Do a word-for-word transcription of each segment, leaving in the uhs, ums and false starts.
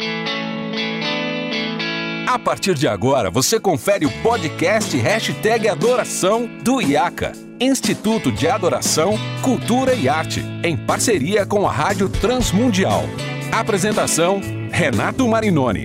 A partir de agora, você confere o podcast Hashtag Adoração do I A C A, Instituto de Adoração, Cultura e Arte, em parceria com a Rádio Transmundial. Apresentação, Renato Marinoni.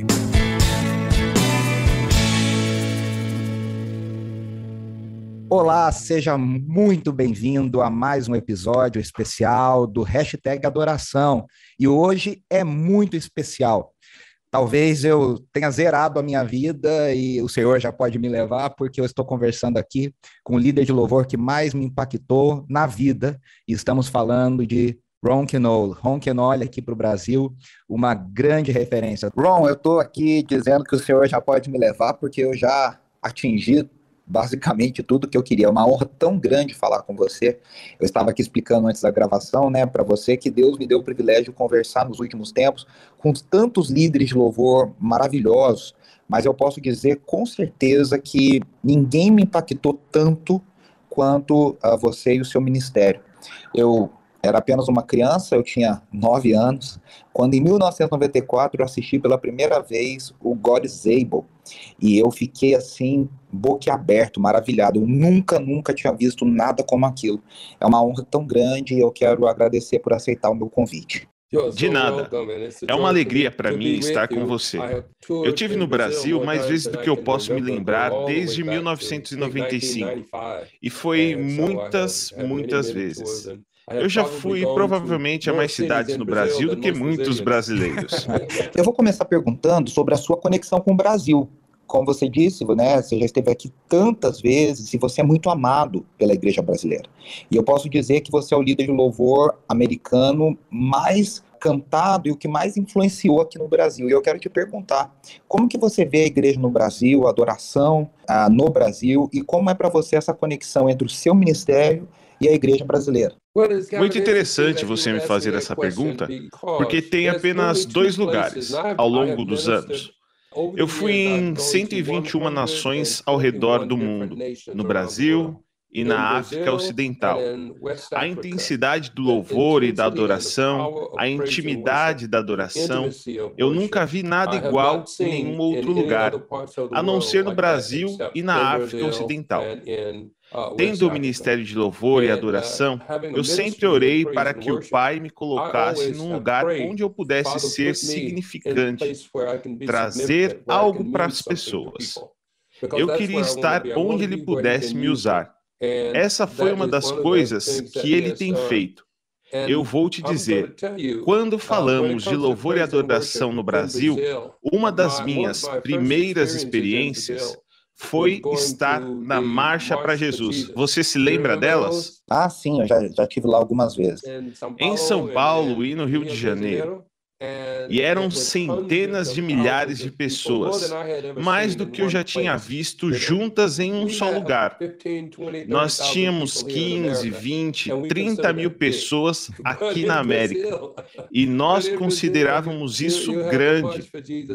Olá, seja muito bem-vindo a mais um episódio especial do Hashtag Adoração. E hoje é muito especial. Talvez eu tenha zerado a minha vida e o Senhor já pode me levar, porque eu estou conversando aqui com o líder de louvor que mais me impactou na vida. E estamos falando de Ron Kenoly. Ron Kenoly aqui para o Brasil, uma grande referência. Ron, eu estou aqui dizendo que o Senhor já pode me levar, porque eu já atingi basicamente tudo que eu queria. É uma honra tão grande falar com você. Eu estava aqui explicando antes da gravação, né, para você, que Deus me deu o privilégio de conversar nos últimos tempos com tantos líderes de louvor maravilhosos, mas eu posso dizer com certeza que ninguém me impactou tanto quanto uh, você e o seu ministério. Eu era apenas uma criança, eu tinha nove anos, quando em mil novecentos e noventa e quatro eu assisti pela primeira vez o God is Able, e eu fiquei assim, boquiaberto, maravilhado. Eu nunca, nunca tinha visto nada como aquilo. É uma honra tão grande e eu quero agradecer por aceitar o meu convite. De nada. É uma alegria para mim estar com você. Eu tive no Brasil mais vezes do que eu posso me lembrar desde mil novecentos e noventa e cinco. E foi muitas, muitas vezes. Eu já fui provavelmente a mais cidades no Brasil do que muitos brasileiros. Eu vou começar perguntando sobre a sua conexão com o Brasil. Como você disse, né, você já esteve aqui tantas vezes e você é muito amado pela igreja brasileira. E eu posso dizer que você é o líder de louvor americano mais cantado e o que mais influenciou aqui no Brasil. E eu quero te perguntar, como que você vê a igreja no Brasil, a adoração ah, no Brasil, e como é para você essa conexão entre o seu ministério e a igreja brasileira? Muito interessante você me fazer essa pergunta, porque tem apenas dois lugares ao longo dos anos. Eu fui em cento e vinte e uma nações ao redor do mundo, no Brasil e na África Ocidental. A intensidade do louvor e da adoração, a intimidade da adoração, eu nunca vi nada igual em nenhum outro lugar, a não ser no Brasil e na África Ocidental. Tendo o ministério de louvor e adoração, eu sempre orei para que o Pai me colocasse num lugar onde eu pudesse ser significante, trazer algo para as pessoas. Eu queria estar onde Ele pudesse me usar. Essa foi uma das coisas que Ele tem feito. Eu vou te dizer, quando falamos de louvor e adoração no Brasil, uma das minhas primeiras experiências foi estar na Marcha para Jesus. Você se lembra delas? Ah, sim, eu já, já estive lá algumas vezes. Em São Paulo e no Rio de Janeiro. E eram centenas de milhares de pessoas, mais do que eu já tinha visto juntas em um só lugar. Nós tínhamos quinze, vinte, trinta mil pessoas aqui na América, e nós considerávamos isso grande.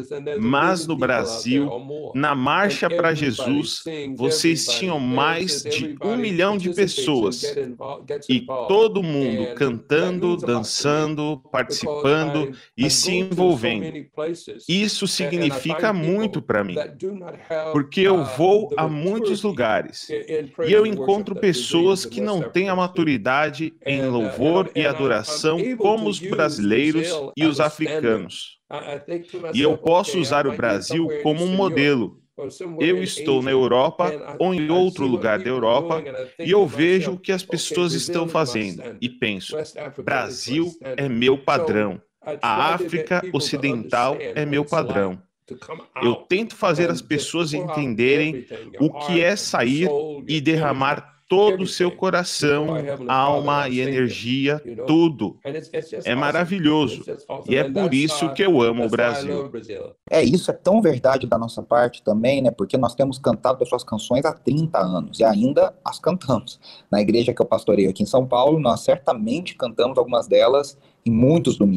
Mas no Brasil, na Marcha para Jesus, vocês tinham mais de um milhão de pessoas, e todo mundo cantando, dançando, participando e se envolvendo. Isso significa muito para mim, porque eu vou a muitos lugares e eu encontro pessoas que não têm a maturidade em louvor e adoração como os brasileiros e os africanos. E eu posso usar o Brasil como um modelo. Eu estou na Europa ou em outro lugar da Europa e eu vejo o que as pessoas estão fazendo e penso, Brasil é meu padrão. A África Ocidental é meu padrão. Eu tento fazer as pessoas entenderem o que é sair e derramar todo o seu coração, alma e energia, tudo. É maravilhoso. E é por isso que eu amo o Brasil. É, isso é tão verdade da nossa parte também, né? Porque nós temos cantado as suas canções há trinta anos e ainda as cantamos. Na igreja que eu pastoreio aqui em São Paulo, nós certamente cantamos algumas delas em muitos domingos.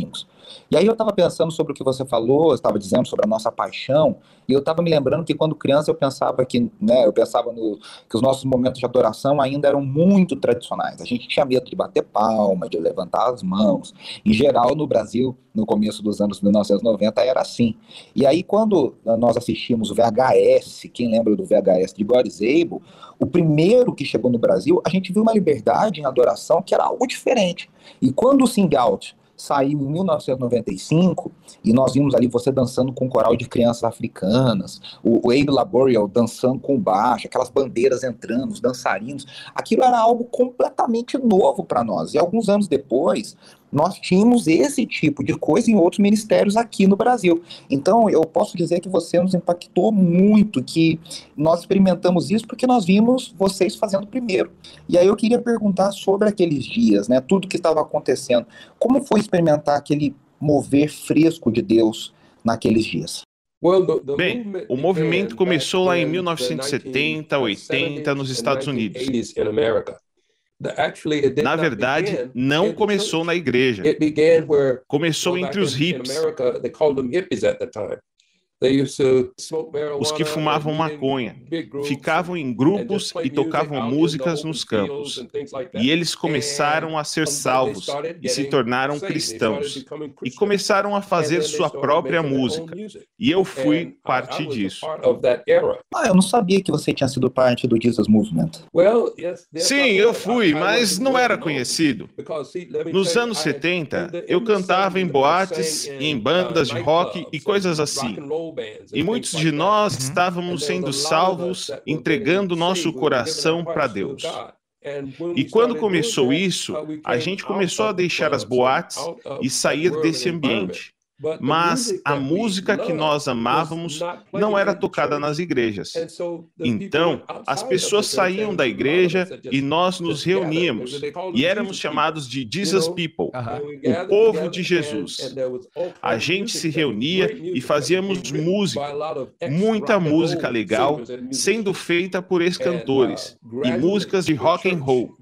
E aí eu estava pensando sobre o que você falou, estava dizendo sobre a nossa paixão, e eu estava me lembrando que quando criança eu pensava que, né, eu pensava no, que os nossos momentos de adoração ainda eram muito tradicionais. A gente tinha medo de bater palma, de levantar as mãos. Em geral, no Brasil, no começo dos anos mil novecentos e noventa, era assim. E aí, quando nós assistimos o V H S, quem lembra do V H S de God is Able, o primeiro que chegou no Brasil, a gente viu uma liberdade em adoração que era algo diferente. E quando o Sing Out saiu em mil novecentos e noventa e cinco, e nós vimos ali você dançando com um coral de crianças africanas, o, o Abe Laboriel dançando com baixo, aquelas bandeiras entrando, os dançarinos, aquilo era algo completamente novo para nós. E alguns anos depois, nós tínhamos esse tipo de coisa em outros ministérios aqui no Brasil. Então, eu posso dizer que você nos impactou muito, que nós experimentamos isso porque nós vimos vocês fazendo primeiro. E aí eu queria perguntar sobre aqueles dias, né, tudo que estava acontecendo. Como foi experimentar aquele mover fresco de Deus naqueles dias? Bem, o movimento começou lá em mil novecentos e setenta, oitenta, nos Estados Unidos. Na verdade, não começou na igreja. Começou entre os hippies, os que fumavam maconha, ficavam em grupos e tocavam músicas nos campos. E eles começaram a ser salvos e se tornaram cristãos. E começaram a fazer sua própria música. E eu fui parte disso. Ah, eu não sabia que você tinha sido parte do Jesus Movement. Sim, eu fui, mas não era conhecido. Nos anos setenta, eu cantava em boates e em bandas de rock e coisas assim. E muitos de nós estávamos sendo salvos, entregando nosso coração para Deus. E quando começou isso, a gente começou a deixar as boates e sair desse ambiente. Mas a música que nós amávamos não era tocada nas igrejas. Então, as pessoas saíam da igreja e nós nos reuníamos. E éramos chamados de Jesus People, o povo de Jesus. A gente se reunia e fazíamos música, muita música legal, sendo feita por ex-cantores, e músicas de rock and roll.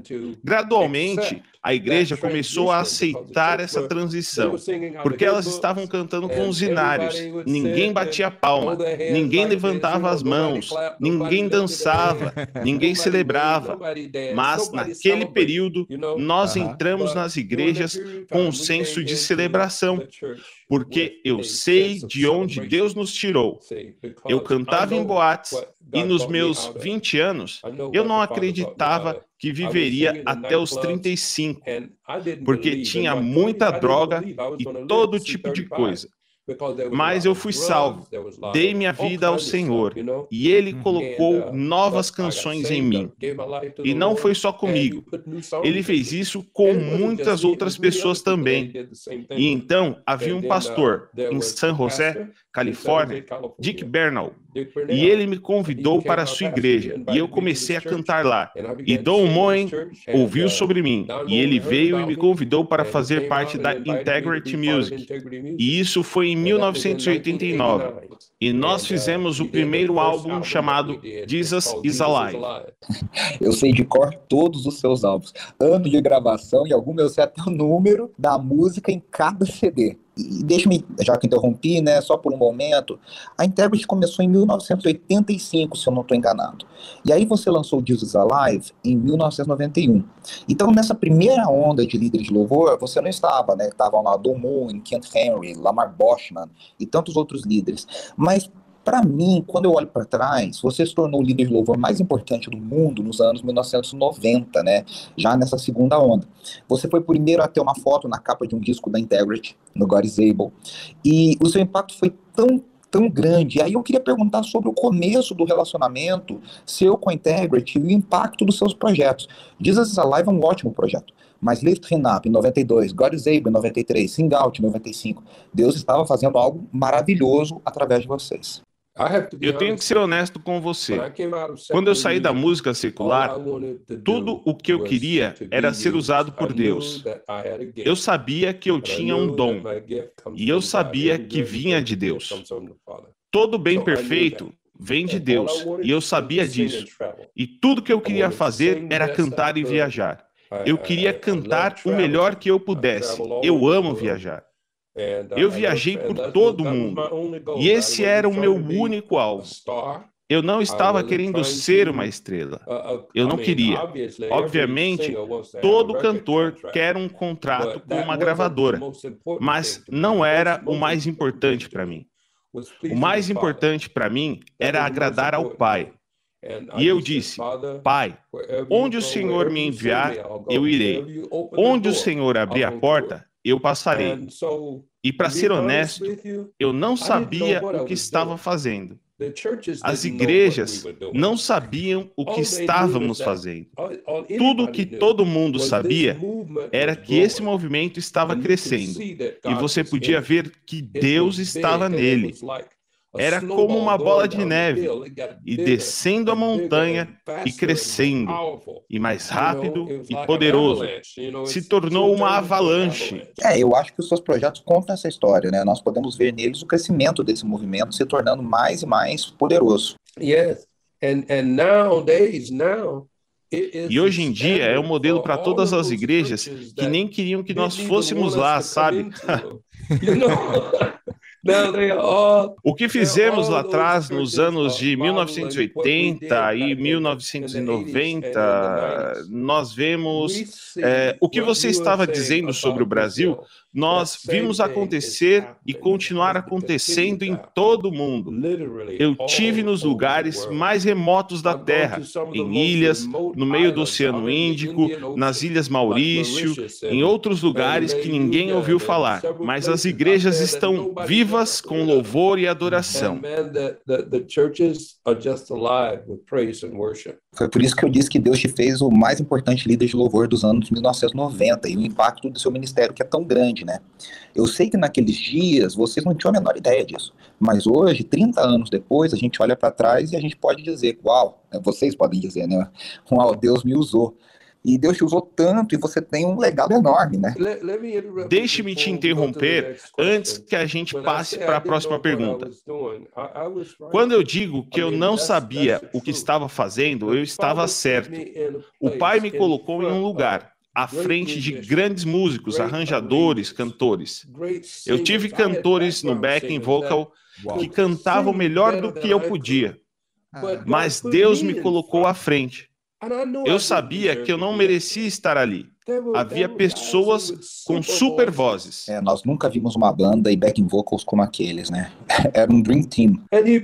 Gradualmente, a igreja começou a aceitar essa transição, porque elas estavam cantando com os inários. Ninguém batia palma, ninguém levantava as mãos, ninguém dançava, ninguém celebrava. Mas, naquele período, nós entramos nas igrejas com um senso de celebração, porque eu sei de onde Deus nos tirou. Eu cantava em boates e nos meus vinte anos, eu não acreditava que viveria até os trinta e cinco, porque tinha muita droga e todo tipo de coisa. Mas eu fui salvo, dei minha vida ao Senhor, e Ele colocou novas canções em mim. E não foi só comigo, Ele fez isso com muitas outras pessoas também. E então havia um pastor em San José, Califórnia, Dick Bernal, e ele me convidou para a sua igreja, e eu comecei a cantar lá. E Don Moen ouviu sobre mim, e ele veio e me convidou para fazer parte da Integrity Music. E isso foi em mil novecentos e oitenta e nove. E nós fizemos o primeiro álbum chamado Jesus is Alive. Eu sei de cor todos os seus álbuns, ano de gravação e algum eu sei até o número da música em cada C D. E deixa-me, já que interrompi, né, só por um momento, a Integrity começou em mil novecentos e oitenta e cinco, se eu não estou enganado. E aí você lançou o Jesus Alive em mil novecentos e noventa e um. Então, nessa primeira onda de líderes de louvor, você não estava, né? Estavam lá Don Moen, Kent Henry, Lamar Boschman e tantos outros líderes. Mas, para mim, quando eu olho para trás, você se tornou o líder de louvor mais importante do mundo nos anos mil novecentos e noventa, né? Já nessa segunda onda. Você foi o primeiro a ter uma foto na capa de um disco da Integrity, no God is Able. E o seu impacto foi tão, tão grande. E aí eu queria perguntar sobre o começo do relacionamento seu com a Integrity e o impacto dos seus projetos. Jesus is Alive é um ótimo projeto. Mas Lift Him Up em noventa e dois, God is Able em noventa e três, Sing Out em noventa e cinco. Deus estava fazendo algo maravilhoso através de vocês. Eu tenho que ser honesto com você. Quando eu saí da música secular, tudo o que eu queria era ser usado por Deus. Eu sabia que eu tinha um dom, e eu sabia que vinha de Deus. Todo bem perfeito vem de Deus, e eu sabia disso. E tudo que eu queria fazer era cantar e viajar. Eu queria cantar o melhor que eu pudesse. Eu amo viajar. Eu viajei por todo o mundo, e esse era o meu único alvo. Eu não estava querendo ser uma estrela. Eu não queria. Obviamente, todo cantor quer um contrato com uma gravadora, mas não era o mais importante para mim. O mais importante para mim era agradar ao Pai. E eu disse: Pai, onde o Senhor me enviar, eu irei. Onde o Senhor abrir a porta, eu passarei. E para ser honesto, eu não sabia o que estava fazendo. As igrejas não sabiam o que estávamos fazendo. Tudo o que todo mundo sabia era que esse movimento estava crescendo, e você podia ver que Deus estava nele. Era como uma bola de neve, e descendo a montanha e crescendo, e mais rápido e poderoso. Se tornou uma avalanche. É, eu acho que os seus projetos contam essa história, né? Nós podemos ver neles o crescimento desse movimento se tornando mais e mais poderoso. Yes, and and nowadays now. E hoje em dia é um modelo para todas as igrejas que nem queriam que nós fôssemos lá, sabe? O que fizemos lá atrás, nos anos de mil novecentos e oitenta e mil novecentos e noventa, nós vemos é, o que você estava dizendo sobre o Brasil, nós vimos acontecer e continuar acontecendo em todo o mundo. Eu tive nos lugares mais remotos da Terra, em ilhas, no meio do Oceano Índico, nas Ilhas Maurício, em outros lugares que ninguém ouviu falar, mas as igrejas estão vivas com louvor e adoração. Foi por isso que eu disse que Deus te fez o mais importante líder de louvor dos anos mil novecentos e noventa e o impacto do seu ministério que é tão grande, né? Eu sei que naqueles dias vocês não tinham a menor ideia disso, mas hoje, trinta anos depois, a gente olha para trás e a gente pode dizer, uau, vocês podem dizer, né? Uau, Deus me usou. E Deus te usou tanto e você tem um legado enorme, né? Deixe-me te interromper antes que a gente passe para a próxima pergunta. Quando eu digo que eu não sabia o que estava fazendo, eu estava certo. O Pai me colocou em um lugar, à frente de grandes músicos, arranjadores, cantores. Eu tive cantores no backing vocal que cantavam melhor do que eu podia, mas Deus me colocou à frente. Eu sabia que eu não merecia estar ali. Havia pessoas com super vozes. É, nós nunca vimos uma banda e backing vocals como aqueles, né? Era um dream team.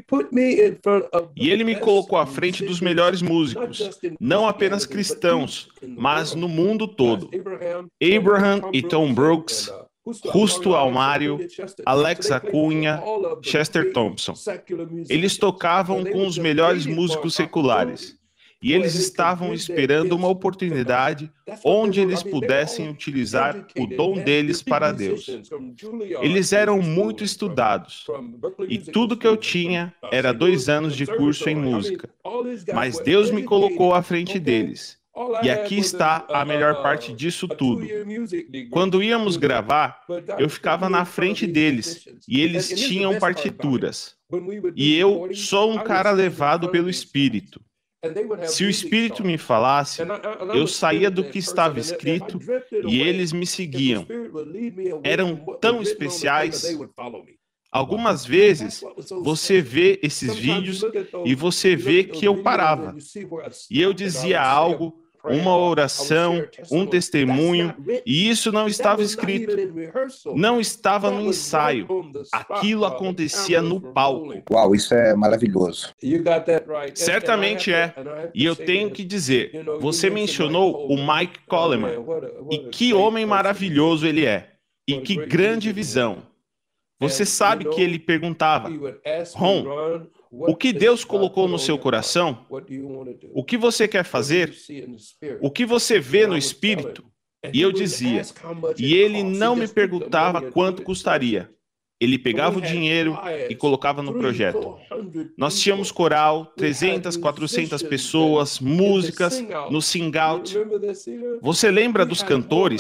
E ele me colocou à frente dos melhores músicos, não apenas cristãos, mas no mundo todo. Abraham e Tom Brooks, Justo Almário, Alex Acunha, Chester Thompson. Eles tocavam com os melhores músicos seculares. E eles estavam esperando uma oportunidade onde eles pudessem utilizar o dom deles para Deus. Eles eram muito estudados, e tudo que eu tinha era dois anos de curso em música. Mas Deus me colocou à frente deles. E aqui está a melhor parte disso tudo. Quando íamos gravar, eu ficava na frente deles, e eles tinham partituras. E eu sou um cara levado pelo Espírito. Se o Espírito me falasse, eu saía do que estava escrito e eles me seguiam. Eram tão especiais. Algumas vezes você vê esses vídeos e você vê que eu parava. E eu dizia algo, uma oração, um testemunho, e isso não estava escrito. Não estava no ensaio. Aquilo acontecia no palco. Uau, isso é maravilhoso. Certamente é. E eu tenho que dizer, você mencionou o Mike Coleman. E que homem maravilhoso ele é. E que grande visão. Você sabe que ele perguntava, Ron, o que Deus colocou no seu coração? O que você quer fazer? O que você vê no Espírito? E eu dizia, e ele não me perguntava quanto custaria. Ele pegava o dinheiro e colocava no projeto. Nós tínhamos coral, trezentas, quatrocentas pessoas, músicas, no sing-out. Você lembra dos cantores?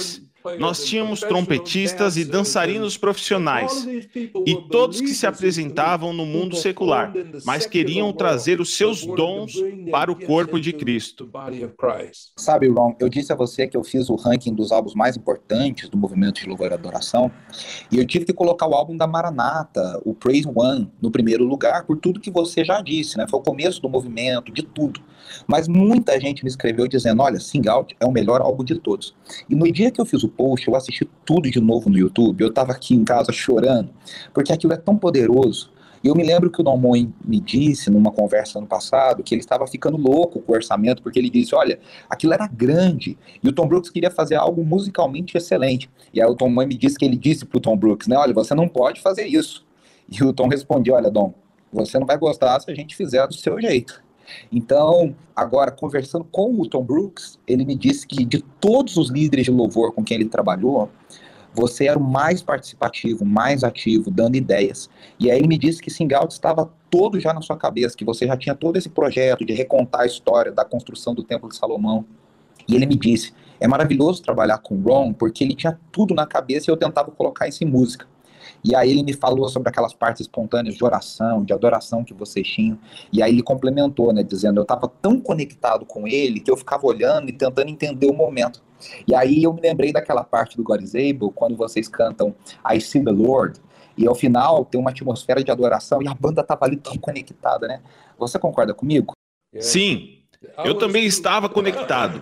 Nós tínhamos trompetistas e dançarinos profissionais, e todos que se apresentavam no mundo secular, mas queriam trazer os seus dons para o corpo de Cristo. Sabe, Ron, eu disse a você que eu fiz o ranking dos álbuns mais importantes do movimento de louvor e adoração, e eu tive que colocar o álbum da Maranata, o Praise One, no primeiro lugar, por tudo que você já disse, né? Foi o começo do movimento, de tudo. Mas muita gente me escreveu dizendo, olha, Sing Out é o melhor álbum de todos. E no dia que eu fiz o post, eu assisti tudo de novo no YouTube, eu estava aqui em casa chorando, porque aquilo é tão poderoso. E eu me lembro que o Don Moen me disse, numa conversa ano passado, que ele estava ficando louco com o orçamento, porque ele disse, olha, aquilo era grande, e o Tom Brooks queria fazer algo musicalmente excelente. E aí o Don Moen me disse que ele disse para o Tom Brooks, né, olha, você não pode fazer isso. E o Tom respondeu, olha, Dom, você não vai gostar se a gente fizer do seu jeito. Então, agora, conversando com o Tom Brooks, ele me disse que de todos os líderes de louvor com quem ele trabalhou, você era o mais participativo, mais ativo, dando ideias. E aí ele me disse que Sing Out estava todo já na sua cabeça, que você já tinha todo esse projeto de recontar a história da construção do Templo de Salomão. E ele me disse, é maravilhoso trabalhar com o Ron, porque ele tinha tudo na cabeça e eu tentava colocar isso em música. E aí ele me falou sobre aquelas partes espontâneas de oração, de adoração que vocês tinham. E aí ele complementou, né, dizendo, eu estava tão conectado com ele que eu ficava olhando e tentando entender o momento. E aí eu me lembrei daquela parte do God is Able, quando vocês cantam I See the Lord, e ao final tem uma atmosfera de adoração e a banda estava ali tão conectada, né? Você concorda comigo? Sim, eu também estava conectado.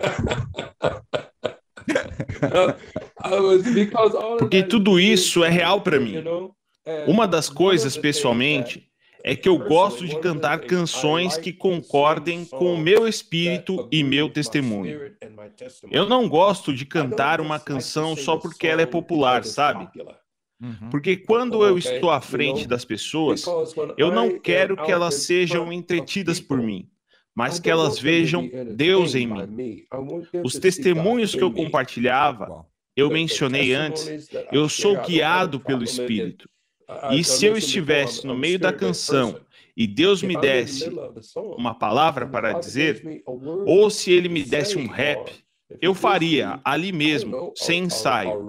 Porque tudo isso é real para mim. Uma das coisas, pessoalmente, é que eu gosto de cantar canções que concordem com o meu espírito e meu testemunho. Eu não gosto de cantar uma canção só porque ela é popular, sabe? Porque quando eu estou à frente das pessoas, eu não quero que elas sejam entretidas por mim, mas que elas vejam Deus em mim. Os testemunhos que eu compartilhava, eu mencionei antes, eu sou guiado pelo Espírito. E se eu estivesse no meio da canção e Deus me desse uma palavra para dizer, ou se Ele me desse um rap, eu faria ali mesmo, sem ensaio.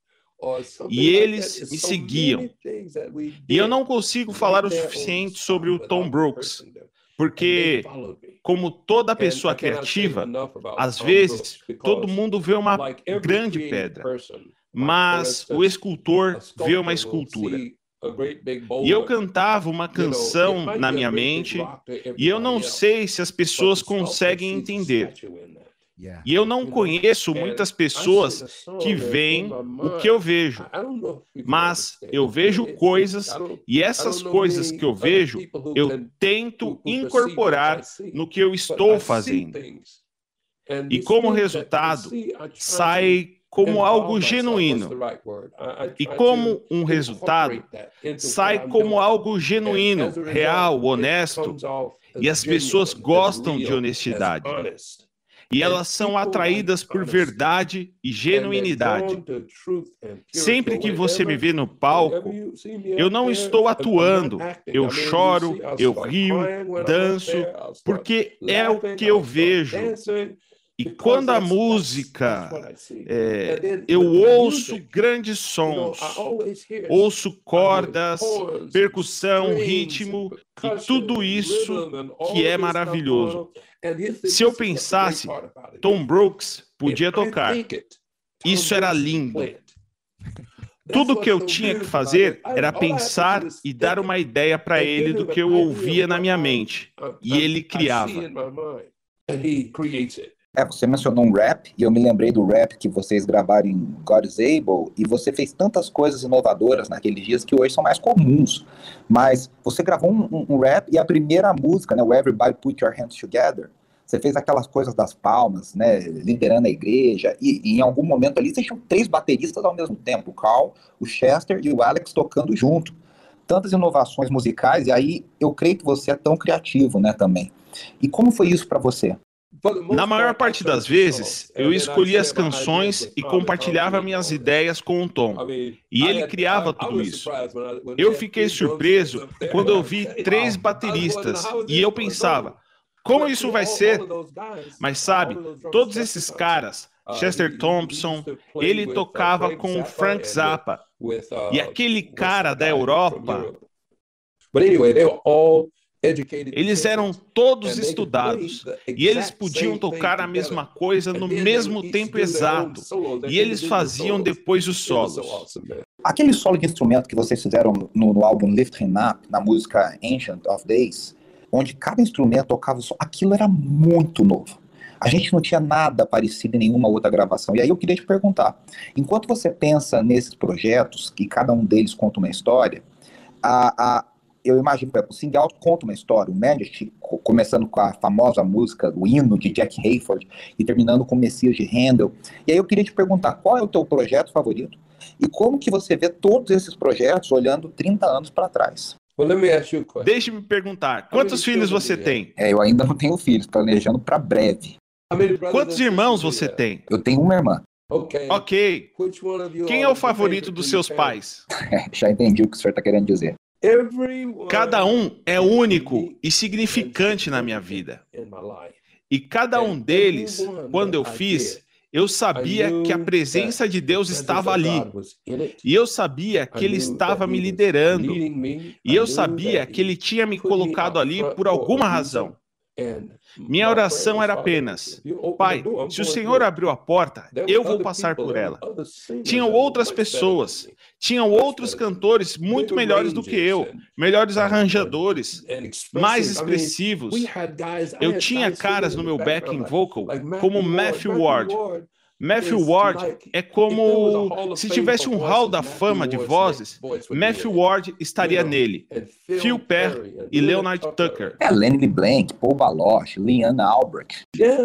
E eles me seguiam. E eu não consigo falar o suficiente sobre o Tom Brooks, porque, como toda pessoa criativa, às vezes todo mundo vê uma grande pedra, mas o escultor vê uma escultura. E eu cantava uma canção na minha mente, e eu não sei se as pessoas conseguem entender. E eu não conheço muitas pessoas que veem o que eu vejo, mas eu vejo coisas, e essas coisas que eu vejo, eu tento incorporar no que eu estou fazendo. E como resultado, sai como algo genuíno. E como um resultado, sai como algo genuíno, real, honesto, e as pessoas gostam de honestidade. E elas são atraídas por verdade e genuinidade. Sempre que você me vê no palco, eu não estou atuando, eu choro, eu rio, danço, porque é o que eu vejo. E quando a música, é, eu ouço grandes sons, ouço cordas, percussão, ritmo, e tudo isso que é maravilhoso. Se eu pensasse, Tom Brooks podia tocar. Isso era lindo. Tudo que eu tinha que fazer era pensar e dar uma ideia para ele do que eu ouvia na minha mente. E ele criava. É, você mencionou um rap, e eu me lembrei do rap que vocês gravaram em God is Able, e você fez tantas coisas inovadoras naqueles dias que hoje são mais comuns. Mas você gravou um, um, um rap, e a primeira música, né, o Everybody Put Your Hands Together, você fez aquelas coisas das palmas, né, liderando a igreja, e, e em algum momento ali vocês tinham três bateristas ao mesmo tempo, o Carl, o Chester e o Alex tocando junto. Tantas inovações musicais, e aí eu creio que você é tão criativo, né, também. E como foi isso para você? Na maior parte das vezes, eu escolhia as canções e compartilhava minhas ideias com o Tom. E ele criava tudo isso. Eu fiquei surpreso quando eu vi três bateristas e eu pensava, como isso vai ser? Mas sabe, todos esses caras, Chester Thompson, ele tocava com Frank Zappa. E aquele cara da Europa, eles eram todos estudados e eles podiam tocar a mesma coisa no mesmo tempo exato. E eles faziam depois os solos. Aquele solo de instrumento que vocês fizeram no, no álbum Lift Him Up, na música Ancient of Days, onde cada instrumento tocava o solo, aquilo era muito novo. A gente não tinha nada parecido em nenhuma outra gravação. E aí eu queria te perguntar, enquanto você pensa nesses projetos, que cada um deles conta uma história, a, a, eu imagino, por exemplo, o Sing Out conta uma história, o Majesty, começando com a famosa música, o hino de Jack Hayford, e terminando com o Messias de Handel. E aí eu queria te perguntar, qual é o teu projeto favorito? E como que você vê todos esses projetos olhando trinta anos para trás? Deixe-me perguntar, quantos filhos você tem? É, eu ainda não tenho filhos, planejando para breve. Quantos irmãos você tem? Eu tenho uma irmã. Ok. Quem é o favorito dos seus pais? Já entendi o que o senhor está querendo dizer. Cada um é único e significante na minha vida. E cada um deles, quando eu fiz, eu sabia que a presença de Deus estava ali. E eu sabia que Ele estava me liderando. E eu sabia que Ele tinha me colocado ali por alguma razão. Minha oração era apenas: Pai, se o Senhor abriu a porta, eu vou passar por ela. Tinham outras pessoas, tinham outros cantores muito melhores do que eu, melhores arranjadores, mais expressivos. Eu tinha caras no meu backing vocal como Matthew Ward. Matthew Ward é como se tivesse um hall da fama de vozes, Matthew Ward estaria nele. Phil Perry e Leonard Tucker. É Lenny Blanc, Paul Baloche, Leanne Albrecht.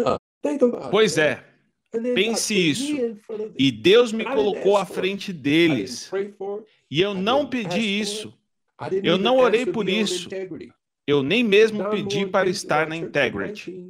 Pois é, pense isso. E Deus me colocou à frente deles. E eu não pedi isso. Eu não orei por isso. Eu nem mesmo pedi para estar na Integrity.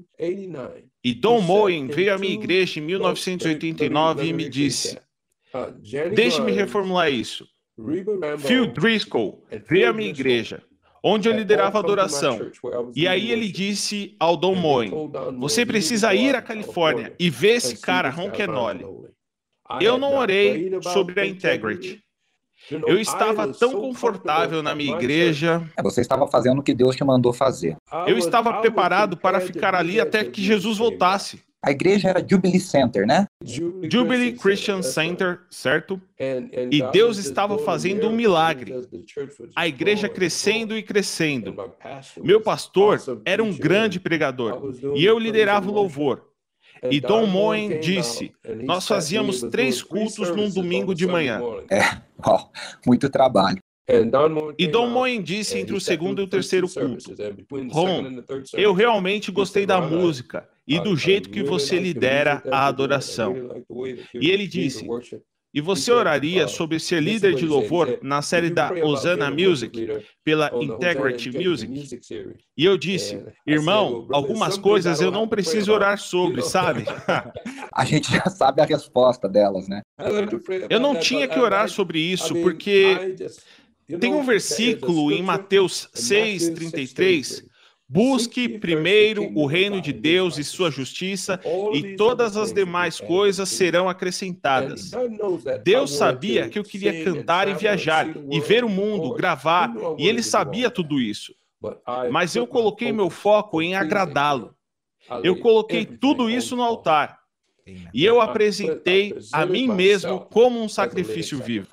E Don Moen veio à minha igreja em mil novecentos e oitenta e nove e me disse, deixe-me reformular isso. Phil Driscoll veio à minha igreja, onde eu liderava a adoração. E aí ele disse ao Don Moen, você precisa ir à Califórnia e ver esse cara, Ron Kenoly. Eu não orei sobre a Integrity. Eu estava tão confortável na minha igreja. Você estava fazendo o que Deus te mandou fazer. Eu estava preparado para ficar ali até que Jesus voltasse. A igreja era Jubilee Center, né? Jubilee Christian Center, certo? E Deus estava fazendo um milagre. A igreja crescendo e crescendo. Meu pastor era um grande pregador e eu liderava o louvor. E Don Moen disse, nós fazíamos três cultos num domingo de manhã. É, ó, muito trabalho. E Don Moen disse entre o segundo e o terceiro culto, Ron, eu realmente gostei da música e do jeito que você lidera a adoração. E ele disse, e você oraria sobre ser líder de louvor na série da Hosanna Music, pela Integrity Music? E eu disse, irmão, algumas coisas eu não preciso orar sobre, sabe? A gente já sabe a resposta delas, né? Eu não tinha que orar sobre isso, porque tem um versículo em Mateus seis, trinta e três, busque primeiro o reino de Deus e sua justiça, e todas as demais coisas serão acrescentadas. Deus sabia que eu queria cantar e viajar, e ver o mundo, gravar, e Ele sabia tudo isso. Mas eu coloquei meu foco em agradá-lo. Eu coloquei tudo isso no altar. E eu apresentei a mim mesmo como um sacrifício vivo.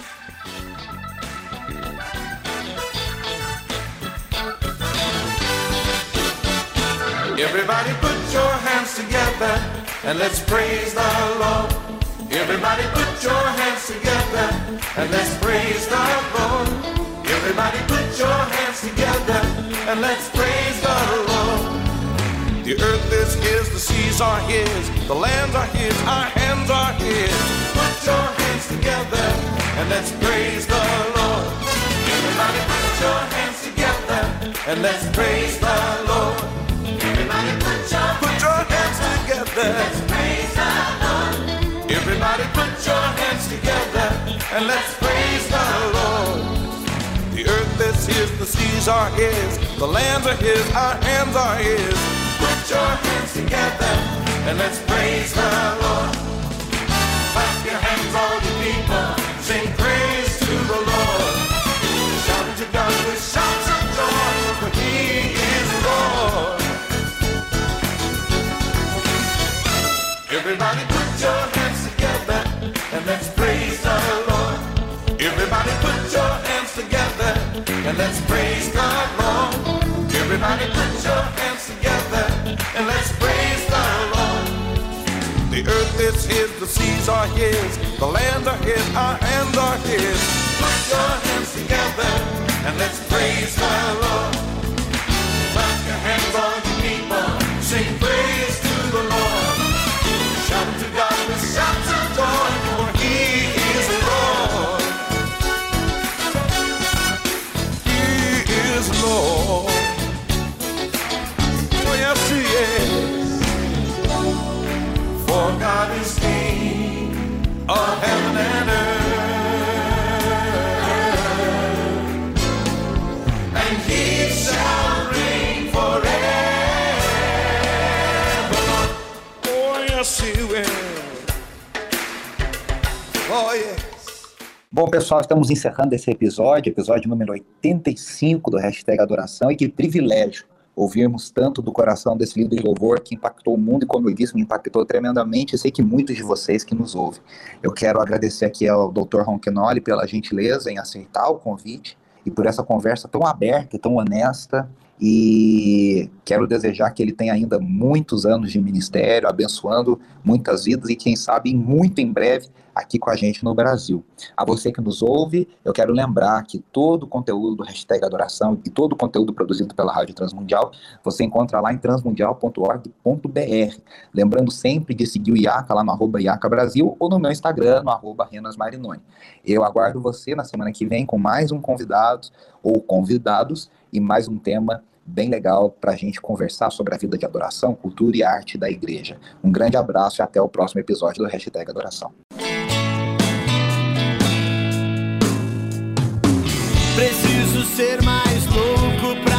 Everybody put your hands together and let's praise the Lord. Everybody put your hands together and let's praise the Lord. Everybody put your hands together and let's praise the Lord. The earth is His, the seas are His, the lands are His, our hands are His. Put your hands together and let's praise the Lord. Everybody put your hands together and let's praise the Lord. Everybody put your, put your hands together. Let's praise the Lord. Everybody put your hands together and let's praise the Lord. The earth is His, the seas are His, the lands are His, our hands are His. put your hands together and let's praise the Lord. Clap your hands, all you people, sing praise to the Lord. Shout to God with shouts of joy, for He is Lord. Everybody put your hands together and let's praise the Lord. Everybody put your hands together and let's praise the Lord. Everybody put your hands together and let's praise the Lord. The earth is His, the seas are His, the lands are His, our hands are His. Put your hands together and let's praise the Lord. Clap your hands, all you people, sing praise to the Lord. Shout to God with shouts of joy, for He is Lord. He is Lord. Oh yes He is. For God is King of heaven and earth, and He shall reign forever. Oh yes He will. Oh yes. Bom, pessoal, estamos encerrando esse episódio, episódio número oitenta e cinco do Hashtag Adoração, e que privilégio ouvirmos tanto do coração desse líder de louvor que impactou o mundo e, como eu disse, me impactou tremendamente. Eu sei que muitos de vocês que nos ouvem. Eu quero agradecer aqui ao doutor Ronquenoli pela gentileza em aceitar o convite e por essa conversa tão aberta e tão honesta, e quero desejar que ele tenha ainda muitos anos de ministério, abençoando muitas vidas e quem sabe muito em breve aqui com a gente no Brasil. A você que nos ouve, eu quero lembrar que todo o conteúdo do Hashtag Adoração e todo o conteúdo produzido pela Rádio Transmundial, você encontra lá em transmundial ponto org ponto b r. Lembrando sempre de seguir o IACA lá no arroba IACA Brasil ou no meu Instagram, no arroba Renas Marinoni. Eu aguardo você na semana que vem com mais um convidado ou convidados e mais um tema bem legal para a gente conversar sobre a vida de adoração, cultura e arte da igreja. Um grande abraço e até o próximo episódio do Hashtag Adoração. Preciso ser mais louco pra